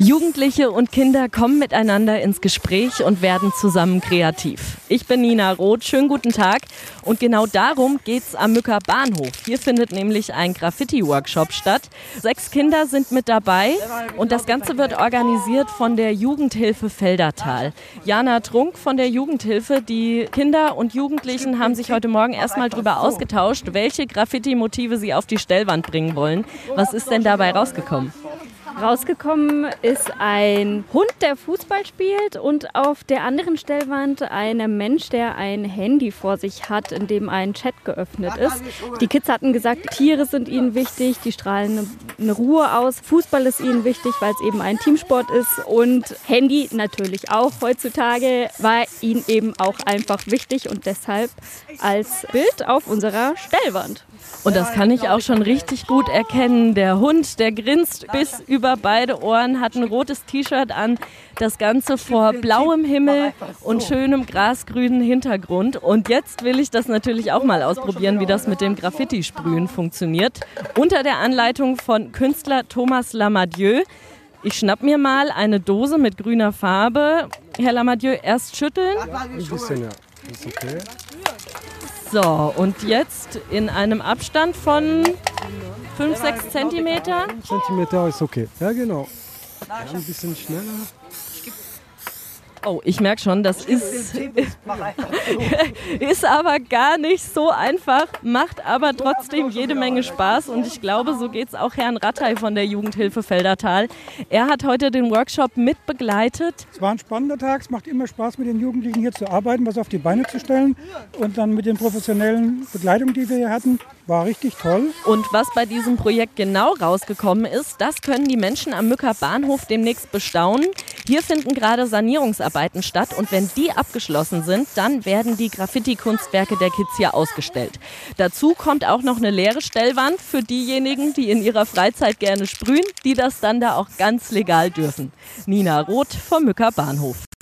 Jugendliche und Kinder kommen miteinander ins Gespräch und werden zusammen kreativ. Ich bin Nina Roth, schönen guten Tag. Und genau darum geht's am Mücker Bahnhof. Hier findet nämlich ein Graffiti-Workshop statt. 6 Kinder sind mit dabei und das Ganze wird organisiert von der Jugendhilfe Feldertal. Jana Trunk von der Jugendhilfe. Die Kinder und Jugendlichen haben sich heute Morgen erstmal darüber ausgetauscht, welche Graffiti-Motive sie auf die Stellwand bringen wollen. Was ist denn dabei rausgekommen? Rausgekommen ist ein Hund, der Fußball spielt, und auf der anderen Stellwand ein Mensch, der ein Handy vor sich hat, in dem ein Chat geöffnet ist. Die Kids hatten gesagt, Tiere sind ihnen wichtig, die strahlen eine Ruhe aus. Fußball ist ihnen wichtig, weil es eben ein Teamsport ist, und Handy natürlich auch. Heutzutage war ihnen eben auch einfach wichtig und deshalb als Bild auf unserer Stellwand. Und das kann ich auch schon richtig gut erkennen. Der Hund, der grinst bis über beide Ohren, hat ein rotes T-Shirt an. Das Ganze vor blauem Himmel und schönem grasgrünen Hintergrund. Und jetzt will ich das natürlich auch mal ausprobieren, wie das mit dem Graffiti-Sprühen funktioniert. Unter der Anleitung von Künstler Thomas Lamadieu. Ich schnapp mir mal eine Dose mit grüner Farbe. Herr Lamadieu, erst schütteln. Ein bisschen, ja. Ist okay. So, und jetzt in einem Abstand von 5-6 Zentimeter. Zentimeter ist okay. Ja, genau. Ja, ein bisschen schneller. Oh, ich merke schon, das ist aber gar nicht so einfach, macht aber trotzdem jede Menge Spaß. Und ich glaube, so geht es auch Herrn Rattay von der Jugendhilfe Feldertal. Er hat heute den Workshop mit begleitet. Es war ein spannender Tag, es macht immer Spaß, mit den Jugendlichen hier zu arbeiten, was auf die Beine zu stellen. Und dann mit den professionellen Begleitungen, die wir hier hatten, war richtig toll. Und was bei diesem Projekt genau rausgekommen ist, das können die Menschen am Mücker Bahnhof demnächst bestaunen. Hier finden gerade Sanierungsarbeiten statt, und wenn die abgeschlossen sind, dann werden die Graffiti-Kunstwerke der Kids hier ausgestellt. Dazu kommt auch noch eine leere Stellwand für diejenigen, die in ihrer Freizeit gerne sprühen, die das dann da auch ganz legal dürfen. Nina Roth vom Mücker Bahnhof.